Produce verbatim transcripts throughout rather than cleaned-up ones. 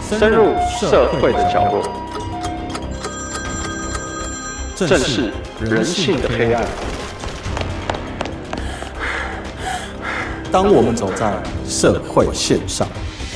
深入社会的角落，正视人性的黑暗。 当我们走在社会线上，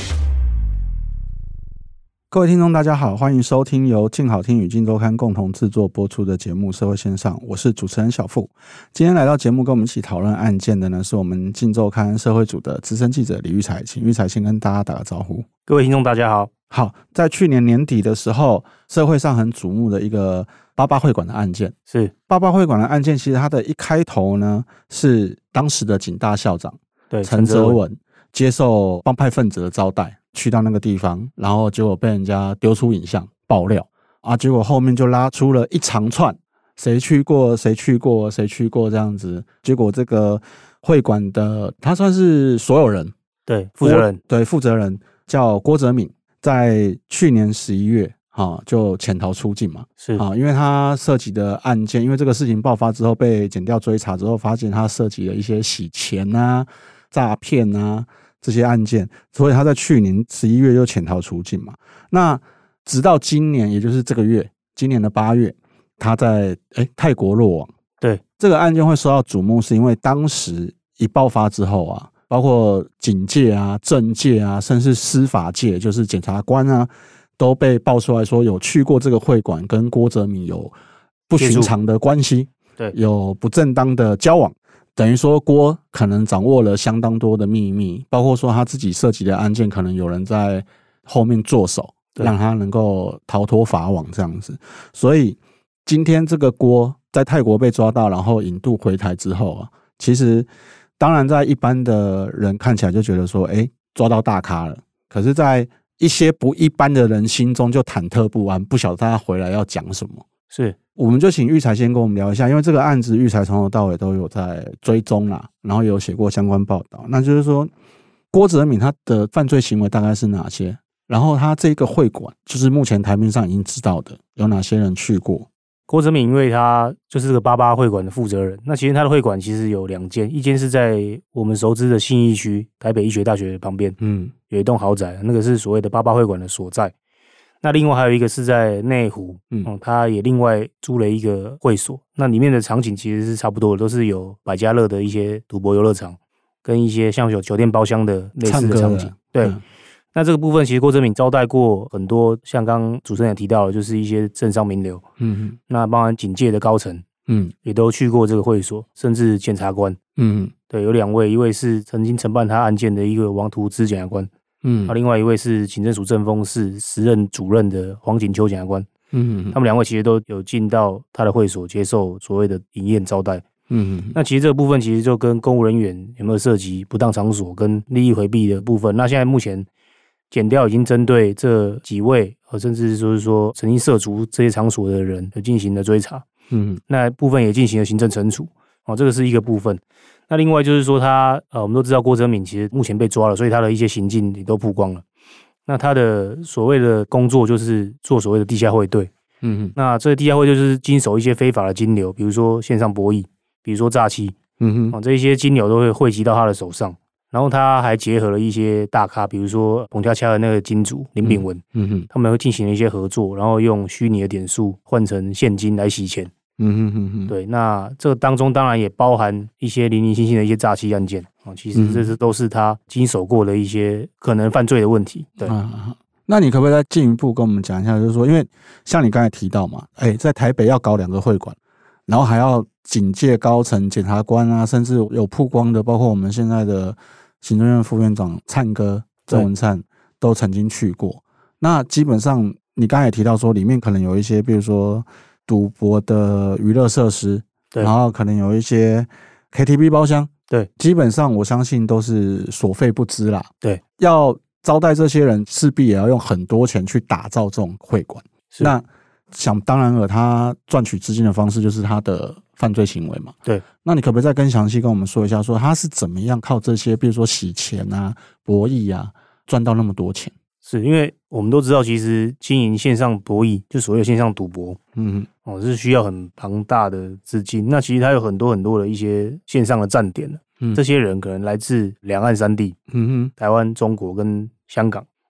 各位听众大家好，欢迎收听由静好听与静周刊共同制作播出的节目《社会线上》，我是主持人小富。今天来到节目跟我们一起讨论案件的呢，是我们静周刊社会组的资深记者李育才，请育才先跟大家打个招呼。 各位听众大家好。 好，在去年年底的时候，社会上很瞩目的一个八八会馆的案件， 是八八会馆的案件，其实它的一开头呢，是当时的警大校长对陈泽文接受帮派分子的招待，去到那个地方，然后结果被人家丢出影像爆料啊，结果后面就拉出了一长串谁去过谁去过谁去过这样子，结果这个会馆的他算是所有人， 对负责人， 对负责人叫郭哲敏，在去年十一月啊就潜逃出境嘛， 是啊，因为他涉及的案件，因为这个事情爆发之后被检调追查之后，发现他涉及了一些洗钱啊、诈骗啊这些案件，所以他在去年十一月就潜逃出境嘛。那直到今年，也就是这个月，今年的八月，他在诶泰国落网。 对， 这个案件会受到瞩目，是因为当时一爆发之后啊，包括警界啊、政界啊，甚至司法界，就是检察官啊，都被爆出来说有去过这个会馆，跟郭哲敏有不寻常的关系， 对， 有不正当的交往。等于说郭可能掌握了相当多的秘密，包括说他自己涉及的案件可能有人在后面做手，让他能够逃脱法网这样子。所以今天这个郭在泰国被抓到，然后引渡回台之后啊，其实当然在一般的人看起来就觉得说，哎，抓到大咖了。可是在一些不一般的人心中就忐忑不安，不晓得他回来要讲什么。 是， 我们就请育才先跟我们聊一下，因为这个案子育才从头到尾都有在追踪啦，然后也有写过相关报道。那就是说，郭哲敏他的犯罪行为大概是哪些？然后他这个会馆，就是目前台面上已经知道的，有哪些人去过？ 郭哲敏因为他就是这个八八会馆的负责人，那其实他的会馆其实有两间，一间是在我们熟知的信义区台北医学大学旁边，嗯，有一栋豪宅，那个是所谓的八八会馆的所在。那另外还有一个是在内湖，嗯，哦，他也另外租了一个会所，那里面的场景其实是差不多的，都是有百家乐的一些赌博游乐场，跟一些像有酒店包厢的类似的场景。对，嗯，那这个部分其实郭哲敏招待过很多，像刚刚主持人也提到的，就是一些政商名流，嗯，那包含警界的高层，嗯，也都去过这个会所，甚至检察官，嗯，对，有两位，一位是曾经承办他案件的一个王图之检察官。嗯，啊，另外一位是警政署政风室时任主任的黄锦秋检察官，嗯，他们两位其实都有进到他的会所接受所谓的营业招待，嗯，那其实这个部分其实就跟公务人员有没有涉及不当场所跟利益回避的部分，那现在目前检调已经针对这几位，甚至就是说曾经涉足这些场所的人有进行了追查，嗯，那部分也进行了行政惩处，哦，这个是一个部分。那另外就是说他，呃，我们都知道郭哲敏其实目前被抓了，所以他的一些行径也都曝光了。那他的所谓的工作就是做所谓的地下汇兑，嗯哼，那这个地下汇兑就是经手一些非法的金流，比如说线上博弈，比如说诈欺，嗯哼，哦，这一些金流都会汇集到他的手上。然后他还结合了一些大咖，比如说彭恰恰的那个金主林炳文，嗯哼，他们会进行了一些合作，然后用虚拟的点数换成现金来洗钱。嗯哼哼哼，对，那这个当中当然也包含一些零零星星的一些诈欺案件啊，其实这是都是他经手过的一些可能犯罪的问题。对， 啊，那你可不可以再进一步跟我们讲一下，就是说，因为像你刚才提到嘛，哎，在台北要搞两个会馆，然后还要警界高层、检察官啊，甚至有曝光的，包括我们现在的行政院副院长灿哥郑文灿都曾经去过。那基本上你刚才也提到说，里面可能有一些，比如说赌博的娱乐设施，对，然后可能有一些 K T V 包厢， 对， 基本上我相信都是所费不赀啦。 对， 要招待这些人，势必也要用很多钱去打造这种会馆。那想当然了，他赚取资金的方式就是他的犯罪行为嘛。 对， 那你可不可以再更详细跟我们说一下，说他是怎么样靠这些，比如说洗钱啊、博弈啊，赚到那么多钱？ 是因为我们都知道，其实经营线上博弈，就所谓的线上赌博，嗯，哦，是需要很庞大的资金。那其实它有很多很多的一些线上的站点，嗯，这些人可能来自两岸三地，嗯哼，台湾、中国跟香港，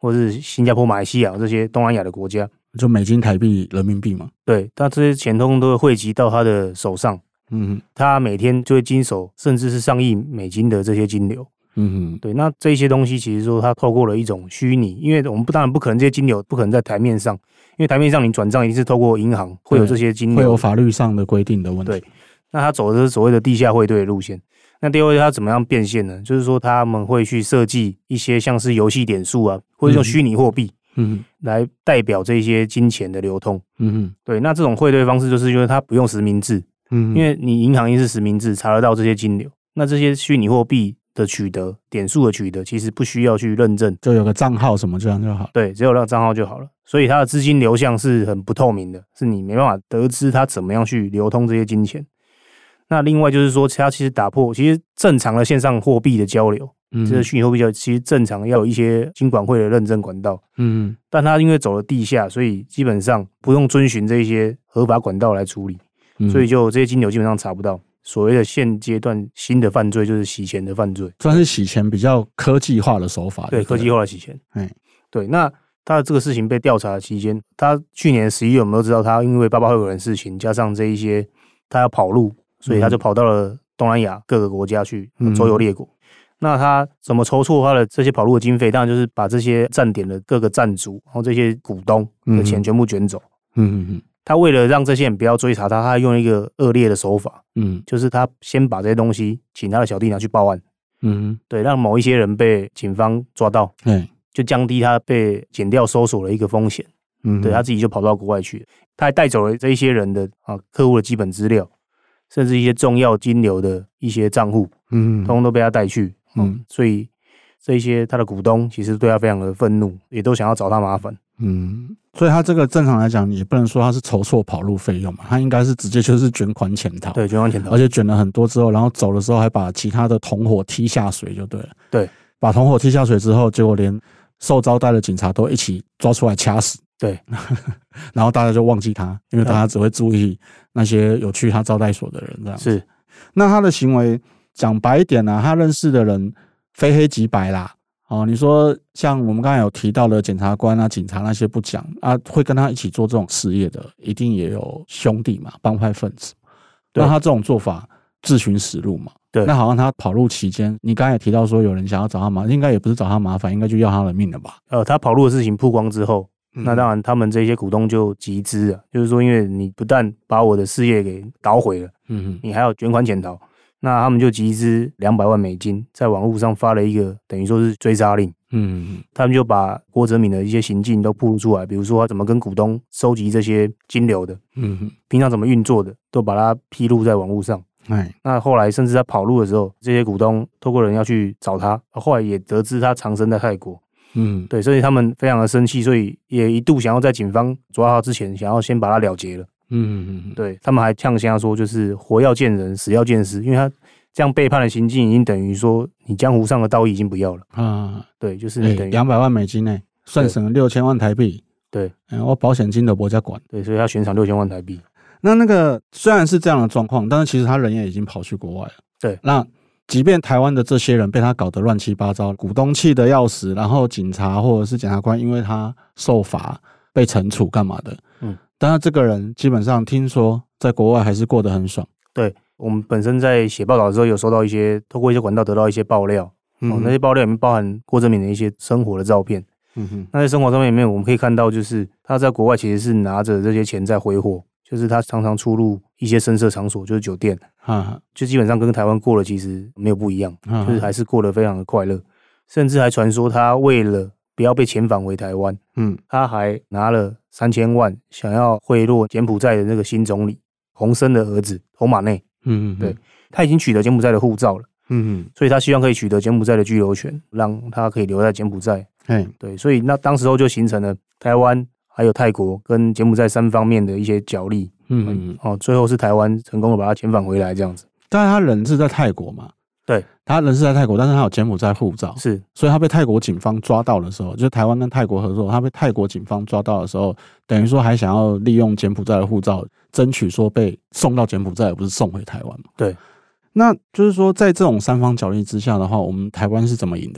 或是新加坡、马来西亚这些东南亚的国家， 就美金、台币、人民币嘛。 对，他这些钱通通都会汇集到他的手上。嗯，他每天就会经手甚至是上亿美金的这些金流。嗯，对，那这些东西其实说他透过了一种虚拟，因为我们不当然不可能这些金流不可能在台面上，因为台面上你转账一定是透过银行会有这些金流， 会有法律上的规定的问题。 对，那他走的是所谓的地下汇兑的路线。那第二位他怎么样变现呢？就是说他们会去设计一些像是游戏点数啊，或者用虚拟货币，嗯，来代表这些金钱的流通。嗯，对，那这种汇兑方式就是因为它不用实名制。嗯，因为你银行一定是实名制查得到这些金流，那这些虚拟货币的取得、点数的取得，其实不需要去认证， 就有个账号什么这样就好。 对，只有那个账号就好了。所以它的资金流向是很不透明的，是你没办法得知它怎么样去流通这些金钱。那另外就是说，它其实打破其实正常的线上货币的交流，嗯，这个虚拟货币交流其实正常要有一些金管会的认证管道，嗯，但它因为走了地下，所以基本上不用遵循这些合法管道来处理。所以就这些金流基本上查不到。所谓的现阶段新的犯罪就是洗钱的犯罪， 算是洗钱比较科技化的手法。 对，科技化的洗钱。嗯，对。那他的这个事情被调查期间，他去年十一月我们都知道，他因为八八会馆的事情，加上这一些他要跑路，所以他就跑到了东南亚各个国家去周游列国。嗯，那他怎么筹措他的这些跑路的经费？当然就是把这些站点的各个站主，然后这些股东的钱全部卷走。嗯嗯嗯。他为了让这些人不要追查他，他用一个恶劣的手法，嗯，就是他先把这些东西请他的小弟拿去报案，嗯，对，让某一些人被警方抓到，嗯，就降低他被检调搜索的一个风险，嗯，对，他自己就跑到国外去，他还带走了这一些人的啊客户的基本资料，甚至一些重要金流的一些账户，嗯，通通都被他带去，嗯，所以这一些他的股东其实对他非常的愤怒，也都想要找他麻烦。 嗯，所以他这个正常来讲，你也不能说他是筹措跑路费用嘛，他应该是直接就是卷款潜逃。 对，卷款潜逃， 而且卷了很多之后，然后走的时候还把其他的同伙踢下水，就对了。 对， 把同伙踢下水之后，结果连受招待的警察都一起抓出来掐死。 对， 然后大家就忘记他，因为大家只会注意那些有去他招待所的人，这样是。 那他的行为讲白一点啊，他认识的人非黑即白啦。哦，你说像我们刚才有提到的检察官啊、警察那些不讲啊，会跟他一起做这种事业的，一定也有兄弟嘛，帮派分子。那他这种做法自寻死路嘛。对。那好像他跑路期间，你刚才也提到说有人想要找他麻烦，应该也不是找他麻烦，应该就要他的命了吧？ 呃，他跑路的事情曝光之后，嗯、那当然他们这些股东就集资了，就是说，因为你不但把我的事业给捣毁了，嗯，你还要卷款潜逃。那他们就集资两百万美金，在网络上发了一个等于说是追杀令。嗯，他们就把郭哲敏的一些行径都暴露出来，比如说他怎么跟股东收集这些金流的，嗯，平常怎么运作的，都把它披露在网络上。哎，那后来甚至他跑路的时候，这些股东透过人要去找他，后来也得知他藏身在泰国。嗯，对，所以他们非常的生气，所以也一度想要在警方抓他之前，想要先把他了结了。嗯，对，他们还呛瞎说，就是活要见人，死要见尸，因为他这样背叛的行径，已经等于说你江湖上的道义已经不要了啊。对，就是你等于两百万美金呢，算省六千万台币。 对， 嗯，我保险金都不加管。 对，所以他悬赏六千万台币。 那那个虽然是这样的状况，但是其实他人也已经跑去国外了。 对， 那即便台湾的这些人被他搞得乱七八糟，股东气得要死，然后警察或者是检察官因为他受罚被惩处干嘛的，嗯。但是这个人基本上听说在国外还是过得很爽。 对，我们本身在写报道的时候有收到一些，透过一些管道得到一些爆料，嗯哦、那些爆料里面包含郭哲敏的一些生活的照片。嗯哼，那在生活照片里面我们可以看到，就是他在国外其实是拿着这些钱在挥霍，就是他常常出入一些声色场所，就是酒店，啊、就基本上跟台湾过了其实没有不一样，啊、就是还是过得非常的快乐，甚至还传说他为了不要被遣返回台湾，嗯，他还拿了三千万，想要贿赂柬埔寨的那个新总理洪森的儿子洪马内。嗯，对，他已经取得柬埔寨的护照了。嗯，所以他希望可以取得柬埔寨的居留权，让他可以留在柬埔寨。嗯，对，所以那当时候就形成了台湾还有泰国跟柬埔寨三方面的一些角力。嗯嗯，哦，最后是台湾成功的把他遣返回来，这样子。 但是他人是在泰国嘛？ 对， 他人是在泰国，但是他有柬埔寨护照， 是， 所以他被泰国警方抓到的时候，就是台湾跟泰国合作，他被泰国警方抓到的时候，等于说还想要利用柬埔寨的护照，争取说被送到柬埔寨，而不是送回台湾嘛。 对， 那就是说，在这种三方角力之下的话，我们台湾是怎么赢的？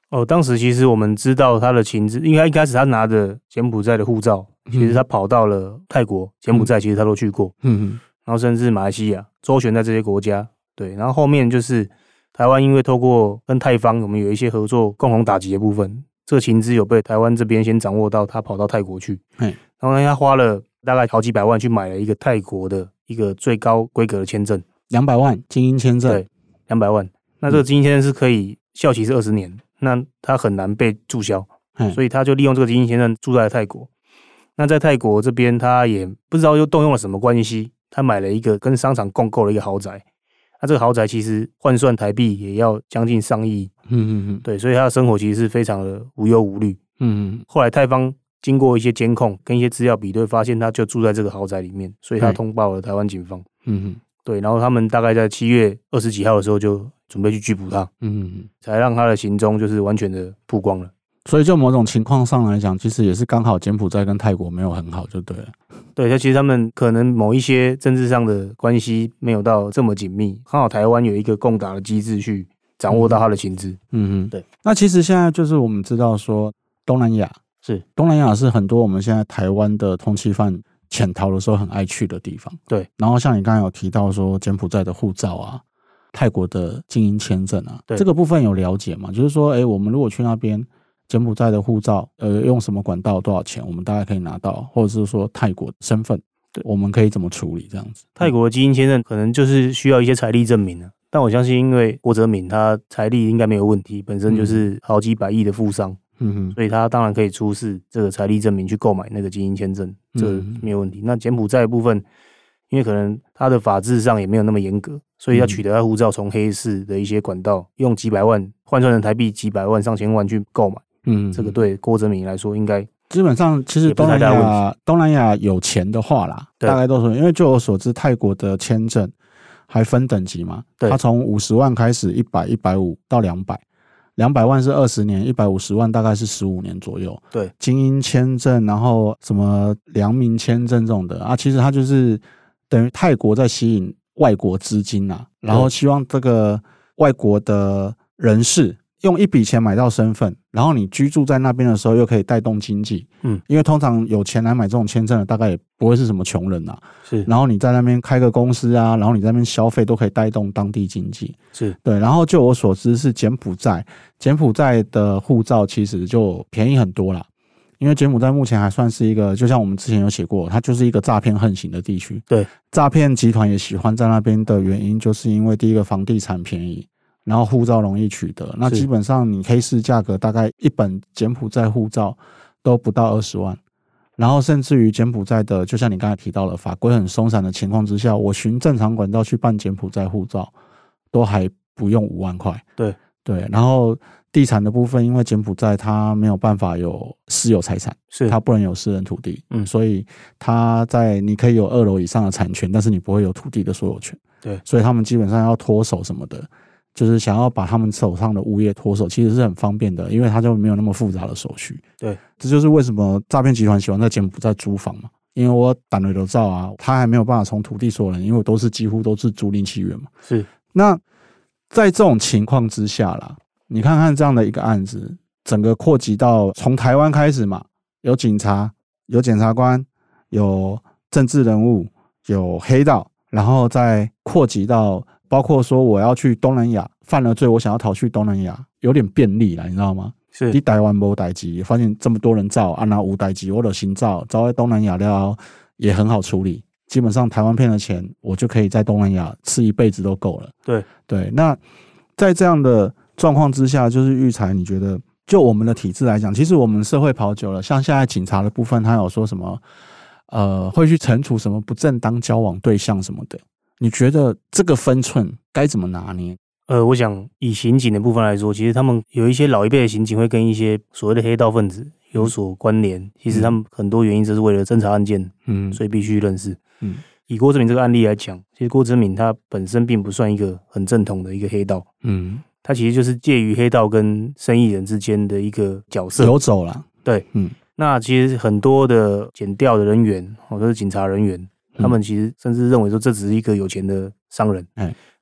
哦，当时其实我们知道他的情资，因为他一开始他拿着柬埔寨的护照，其实他跑到了泰国、柬埔寨，其实他都去过，嗯，然后甚至马来西亚周旋在这些国家，对，然后后面就是台湾因为透过跟泰方我们有一些合作，共同打击的部分，这个情资有被台湾这边先掌握到，他跑到泰国去，然后呢，他花了大概好几百万去买了一个泰国的一个最高规格的签证， 两百万精英签证， 对，两百万。那这个精英签证是可以效期是二十年，那他很难被注销，所以他就利用这个精英签证住在泰国。那在泰国这边，他也不知道又动用了什么关系，他买了一个跟商场共购的一个豪宅。那这个豪宅其实换算台币也要将近上亿，嗯嗯嗯，对，所以他的生活其实是非常的无忧无虑，嗯嗯。后来泰方经过一些监控跟一些资料比对，发现他就住在这个豪宅里面，所以他通报了台湾警方，嗯嗯，对，然后他们大概在七月二十几号的时候就准备去拘捕他，嗯嗯，才让他的行踪就是完全的曝光了。 所以就某种情况上来讲，其实也是刚好柬埔寨跟泰国没有很好就对了。 对，其实他们可能某一些政治上的关系没有到这么紧密，刚好台湾有一个共打的机制去掌握到他的情资。嗯嗯，对。 那其实现在就是我们知道说东南亚是东南亚是很多我们现在台湾的通缉犯潜逃的时候很爱去的地方。 对。 然后像你刚才有提到说柬埔寨的护照啊，泰国的精英签证啊，这个部分有了解吗？就是说，哎，我们如果去那边。柬埔寨的护照，呃，用什么管道多少钱，我们大概可以拿到，或者是说泰国的身份，对，我们可以怎么处理这样子？ 泰国的基因签证可能就是需要一些财力证明了，但我相信，因为郭哲敏他财力应该没有问题，本身就是好几百亿的富商，嗯哼，所以他当然可以出示这个财力证明去购买那个基因签证，这个没有问题。那柬埔寨的部分，因为可能他的法制上也没有那么严格，所以要取得他护照，从黑市的一些管道，用几百万换算成台币几百万、上千万去购买。嗯，这个对郭哲敏来说，应该基本上其实东南亚东南亚有钱的话啦，大概都是因为就我所知，泰国的签证还分等级嘛，它从五十万开始，一百、一百五到两百，两百万是二十年，一百五十万大概是十五年左右。 对， 精英签证，然后什么良民签证这种的啊，其实它就是等于泰国在吸引外国资金啊，然后希望这个外国的人士。用一笔钱买到身份，然后你居住在那边的时候又可以带动经济，嗯，因为通常有钱来买这种签证的，大概也不会是什么穷人啊， 是。 然后你在那边开个公司啊，然后你在那边消费都可以带动当地经济， 是对。然后就我所知是柬埔寨，柬埔寨的护照其实就便宜很多啦，因为柬埔寨目前还算是一个，就像我们之前有写过，它就是一个诈骗横行的地区， 对， 诈骗集团也喜欢在那边的原因，就是因为第一个房地产便宜。然后护照容易取得，那基本上你黑市价格大概一本柬埔寨护照都不到二十万，然后甚至于柬埔寨的，就像你刚才提到了法规很松散的情况之下，我循正常管道去办柬埔寨护照，都还不用五万块。 对对，然后地产的部分，因为柬埔寨它没有办法有私有财产， 是它不能有私人土地，嗯，所以它在你可以有二楼以上的产权，但是你不会有土地的所有权。 对， 所以他们基本上要脱手什么的。就是想要把他们手上的物业脱手，其实是很方便的，因为他就没有那么复杂的手续。 对， 这就是为什么诈骗集团喜欢在柬埔寨租房嘛，因为我胆雷的照啊，他还没有办法从土地所有人，因为都是几乎都是租赁契约嘛。 是， 那在这种情况之下啦，你看看这样的一个案子，整个扩及到从台湾开始嘛，有警察、有检察官、有政治人物、有黑道，然后再扩及到。包括说我要去东南亚犯了罪，我想要逃去东南亚，有点便利了，你知道吗？ 是， 你台湾没代志，发现这么多人造，啊那无代志，我就先造，造在东南亚了也很好处理。基本上台湾骗的钱，我就可以在东南亚吃一辈子都够了。 对对，那在这样的状况之下，就是育才，你觉得就我们的体制来讲，其实我们社会跑久了，像现在警察的部分，他有说什么呃会去惩处什么不正当交往对象什么的。你觉得这个分寸该怎么拿捏？ 呃，我想以刑警的部分来说，其实他们有一些老一辈的刑警会跟一些所谓的黑道分子有所关联。嗯、其实他们很多原因就是为了侦查案件，嗯，所以必须认识。嗯，以郭哲敏这个案例来讲，其实郭哲敏他本身并不算一个很正统的一个黑道，嗯，他其实就是介于黑道跟生意人之间的一个角色， 游走了。 对，嗯，那其实很多的检调的人员或者是警察人员。他们其实甚至认为说这只是一个有钱的商人，嗯，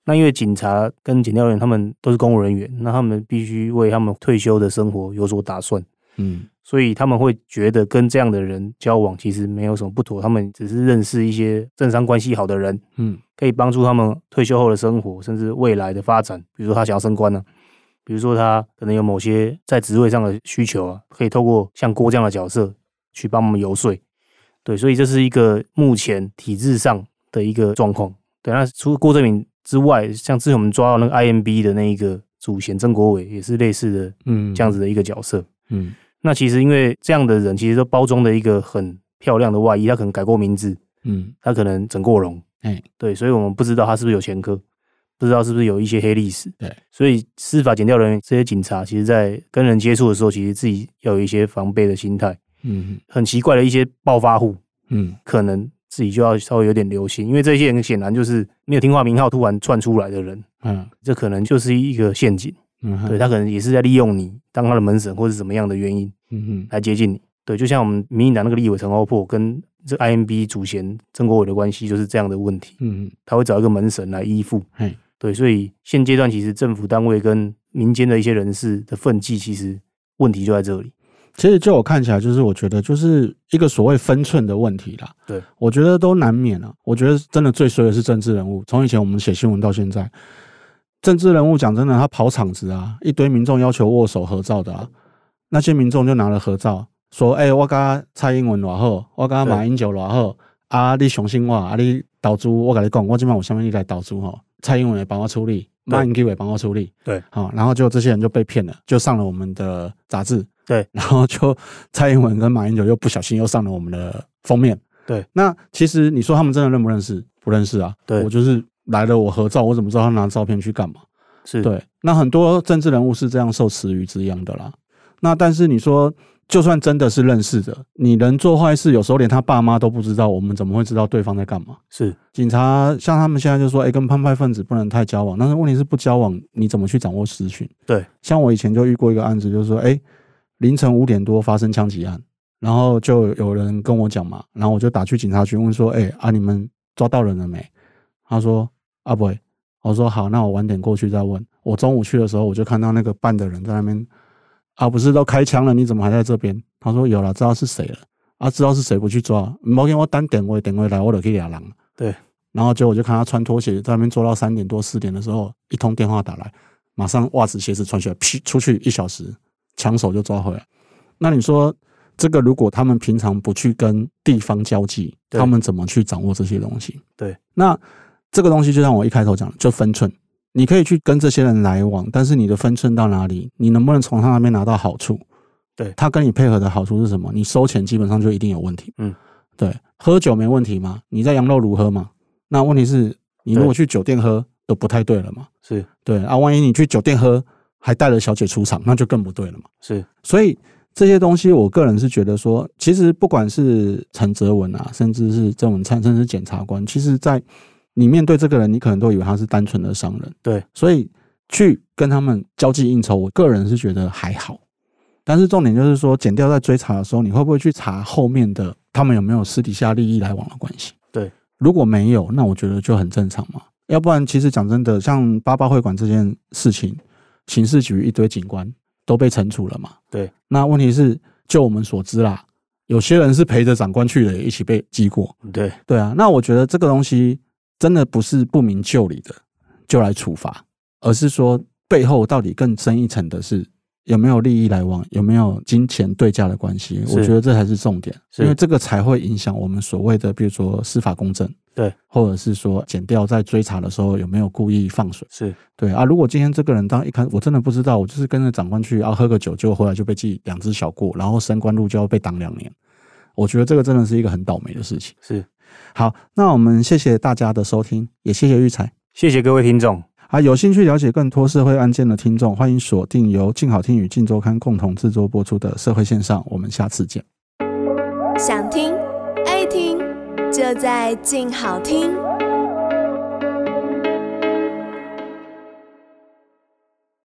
那因为警察跟检调人员他们都是公务人员，那他们必须为他们退休的生活有所打算，嗯，所以他们会觉得跟这样的人交往其实没有什么不妥，他们只是认识一些政商关系好的人，嗯，可以帮助他们退休后的生活，甚至未来的发展。比如说他想要升官呢、啊，比如说他可能有某些在职位上的需求啊，可以透过像郭这样的角色去帮我们游说。对，所以这是一个目前体制上的一个状况。对，那除了郭正敏之外，像之前我们抓到那个 I M B 的那一个主嫌曾国伟，也是类似的嗯这样子的一个角色。嗯，那其实因为这样的人其实都包装的一个很漂亮的外衣，他可能改过名字，嗯，他可能整过容，哎，对，所以我们不知道他是不是有前科，不知道是不是有一些黑历史。对，所以司法检调人员这些警察，其实在跟人接触的时候，其实自己要有一些防备的心态。嗯，很奇怪的一些暴发户，嗯，可能自己就要稍微有点留心，因为这些人显然就是没有听话名号突然窜出来的人，嗯，这可能就是一个陷阱，嗯，对，他可能也是在利用你当他的门神或是什么样的原因，嗯哼，来接近你。对，就像我们民进党那个立委陈欧珀跟这 I M B 主嫌曾国伟的关系就是这样的问题，嗯哼，他会找一个门神来依附，嗯，对，所以现阶段其实政府单位跟民间的一些人士的分际，其实问题就在这里。 其实就我看起来，就是我觉得就是一个所谓分寸的问题啦。对，我觉得都难免啊。我觉得真的最衰的是政治人物，从以前我们写新闻到现在，政治人物讲真的，他跑场子啊，一堆民众要求握手合照的啊，那些民众就拿了合照，说：“哎、欸，我跟蔡英文偌好，我跟马英九偌好，啊，你相信我，啊，你投资，我跟你讲，我今晚有什么你来投资吼，蔡英文也帮我处理，马英九也帮我处理，对，好，然后就这些人就被骗了，就上了我们的杂志。”对，然后就蔡英文跟马英九又不小心又上了我们的封面。对，那其实你说他们真的认不认识？不认识啊。对，我就是来了，我合照，我怎么知道他拿照片去干嘛？是对。那很多政治人物是这样受池鱼之殃的啦。那但是你说，就算真的是认识的，你人做坏事，有时候连他爸妈都不知道，我们怎么会知道对方在干嘛？是警察像他们现在就说，哎、欸，跟帮派分子不能太交往。但是问题是不交往，你怎么去掌握资讯？对，像我以前就遇过一个案子，就是说，哎、欸。凌晨五点多发生枪击案，然后就有人跟我讲嘛，然后我就打去警察局问说：“哎、欸、啊，你们抓到人了没？”他说：“啊不会。”我说：“好，那我晚点过去再问。”我中午去的时候，我就看到那个办的人在那边啊，不是都开枪了，你怎么还在这边？他说：“有了，知道是谁了啊，知道是谁不去抓，没给我单点位点位来，我就去抓人。”对，然后结果我就看他穿拖鞋在那边坐到三点多四点的时候，一通电话打来，马上袜子鞋子穿起来，劈出去一小时。枪手就抓回来。那你说这个如果他们平常不去跟地方交际，他们怎么去掌握这些东西？对，那这个东西就像我一开头讲的，就分寸。你可以去跟这些人来往，但是你的分寸到哪里？你能不能从他那边拿到好处？对，他跟你配合的好处是什么？你收钱基本上就一定有问题。嗯，对，喝酒没问题吗？你在羊肉炉喝吗？那问题是你如果去酒店喝都不太对了嘛。是对啊，万一你去酒店喝还带了小姐出场，那就更不对了嘛。是，所以这些东西，我个人是觉得说，其实不管是陈泽文啊，甚至是郑文灿，甚至是检察官，其实在你面对这个人，你可能都以为他是单纯的商人。对，所以去跟他们交际应酬，我个人是觉得还好。但是重点就是说，检调在追查的时候，你会不会去查后面的他们有没有私底下利益来往的关系？对，如果没有，那我觉得就很正常嘛。要不然，其实讲真的，像八八会馆这件事情。刑事局一堆警官都被惩处了嘛？对，那问题是，就我们所知啦，有些人是陪着长官去的，也一起被记过。对，对啊。那我觉得这个东西真的不是不明就里的就来处罚，而是说背后到底更深一层的是有没有利益来往，有没有金钱对价的关系。我觉得这才是重点，因为这个才会影响我们所谓的，比如说司法公正。对，或者是说检调在追查的时候有没有故意放水？是对啊。如果今天这个人当一开，我真的不知道，我就是跟着长官去啊喝个酒，结果回来就被记两只小过，然后升官入就要被挡两年。我觉得这个真的是一个很倒霉的事情。是，好，那我们谢谢大家的收听，也谢谢育才， 谢谢各位听众。 啊，有兴趣了解更多社会案件的听众，欢迎锁定由静好听与静周刊共同制作播出的社会线上，我们下次见。 想听爱听就在静好听。